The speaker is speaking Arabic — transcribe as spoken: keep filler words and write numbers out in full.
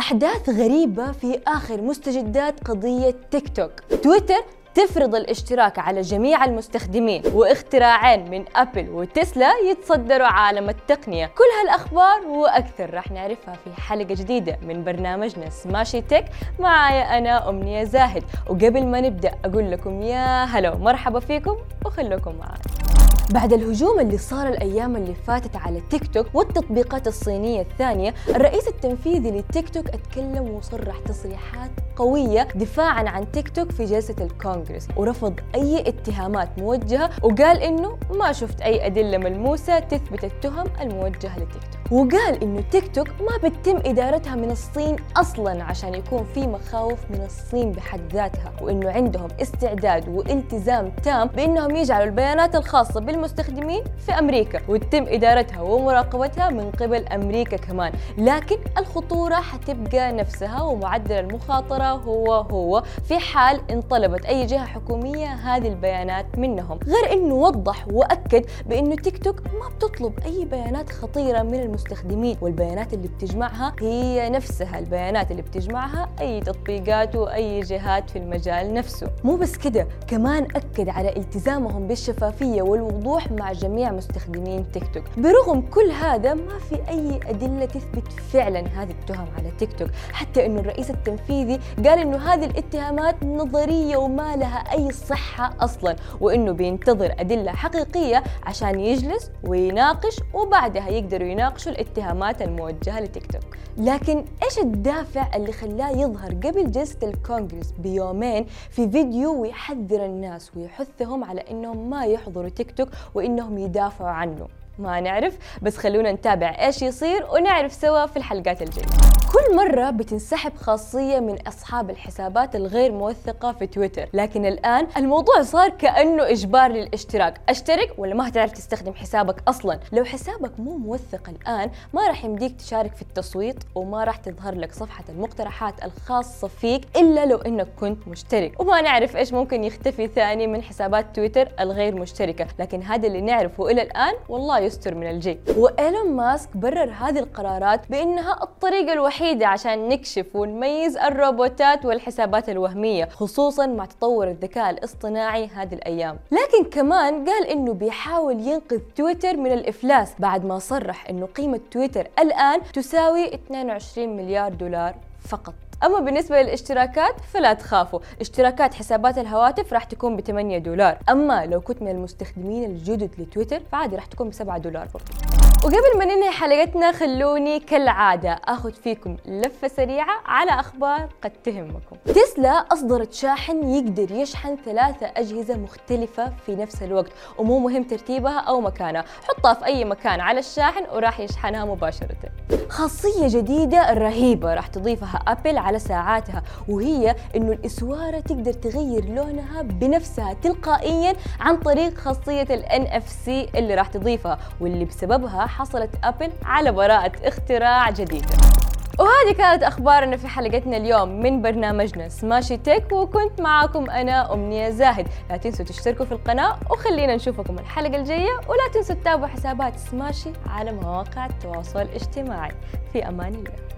أحداث غريبة في آخر مستجدات قضية تيك توك. تويتر تفرض الاشتراك على جميع المستخدمين، واختراعين من أبل وتسلا يتصدروا عالم التقنية. كل هالأخبار وأكثر راح نعرفها في حلقة جديدة من برنامجنا سماشي تك. معايا أنا أمنية زاهد، وقبل ما نبدأ أقول لكم يا هلا ومرحبا فيكم وخلوكم معانا. بعد الهجوم اللي صار الأيام اللي فاتت على تيك توك والتطبيقات الصينية الثانية، الرئيس التنفيذي لتيك توك اتكلم وصرح تصريحات قوية دفاعاً عن تيك توك في جلسة الكونغرس، ورفض أي اتهامات موجهة، وقال إنه ما شفت أي أدلة ملموسة تثبت التهم الموجهة لتيك توك. وقال إنه تيك توك ما بتتم إدارتها من الصين أصلاً عشان يكون في مخاوف من الصين بحد ذاتها، وإنه عندهم استعداد والتزام تام بإنهم يجعلوا البيانات الخاصة بالمستخدمين في أمريكا وتتم إدارتها ومراقبتها من قبل أمريكا كمان، لكن الخطورة حتبقى نفسها ومعدل المخاطرة هو هو في حال ان طلبت أي جهة حكومية هذه البيانات منهم. غير إنه وضح وأكد بإنه تيك توك ما بتطلب أي بيانات خطيرة من المستخدمين، والبيانات اللي بتجمعها هي نفسها البيانات اللي بتجمعها أي تطبيقات وأي جهات في المجال نفسه. مو بس كده، كمان أكد على التزامهم بالشفافية والوضوح مع جميع مستخدمين تيك توك. برغم كل هذا ما في أي أدلة تثبت فعلا هذه التهم على تيك توك، حتى إنه الرئيس التنفيذي قال إنه هذه الاتهامات نظرية وما لها أي صحة أصلا، وإنه بينتظر أدلة حقيقية عشان يجلس ويناقش، وبعدها يقدروا يناقشوا الاتهامات الموجهة لتيك توك. لكن إيش الدافع اللي خلاه يظهر قبل جلسة الكونغرس بيومين في فيديو ويحذر الناس ويحثهم على إنهم ما يحضروا تيك توك وإنهم يدافعوا عنه؟ ما نعرف، بس خلونا نتابع إيش يصير ونعرف سوا في الحلقات الجاية. كل مرة بتنسحب خاصية من أصحاب الحسابات الغير موثقة في تويتر، لكن الآن الموضوع صار كأنه إجبار للاشتراك. اشترك ولا ما هتعرف تستخدم حسابك أصلا. لو حسابك مو موثق الآن ما راح يمديك تشارك في التصويت، وما راح تظهر لك صفحة المقترحات الخاصة فيك إلا لو إنك كنت مشترك. وما نعرف إيش ممكن يختفي ثاني من حسابات تويتر الغير مشتركة، لكن هذا اللي نعرفه إلى الآن، والله يستر من الجي. وإيلون ماسك برر هذه القرارات بأنها الطريقة الوحيدة عشان نكشف ونميز الروبوتات والحسابات الوهمية، خصوصا مع تطور الذكاء الاصطناعي هذه الأيام. لكن كمان قال إنه بيحاول ينقذ تويتر من الإفلاس بعد ما صرح إنه قيمة تويتر الآن تساوي اثنين وعشرين مليار دولار فقط. أما بالنسبة للاشتراكات فلا تخافوا، اشتراكات حسابات الهواتف راح تكون ب ثمانية دولار، أما لو كنت من المستخدمين الجدد لتويتر فعادي راح تكون ب سبعة دولار برضو. وقبل ما ننهي حلقتنا خلوني كالعادة أخذ فيكم لفة سريعة على أخبار قد تهمكم. تسلا أصدرت شاحن يقدر يشحن ثلاثة أجهزة مختلفة في نفس الوقت، ومو مهم ترتيبها أو مكانها، حطها في أي مكان على الشاحن وراح يشحنها مباشرة. خاصية جديدة رهيبة راح تضيفها أبل على ساعاتها، وهي إنه الإسوارة تقدر تغير لونها بنفسها تلقائياً عن طريق خاصية ال إن إف سي اللي راح تضيفها، واللي بسببها حصلت أبل على براءة اختراع جديدة. وهذه كانت أخبارنا في حلقتنا اليوم من برنامجنا سماشي تك، وكنت معاكم أنا أمنية زاهد. لا تنسوا تشتركوا في القناة، وخلينا نشوفكم الحلقة الجاية، ولا تنسوا تتابعوا حسابات سماشي على مواقع التواصل الاجتماعي. في أمان الله.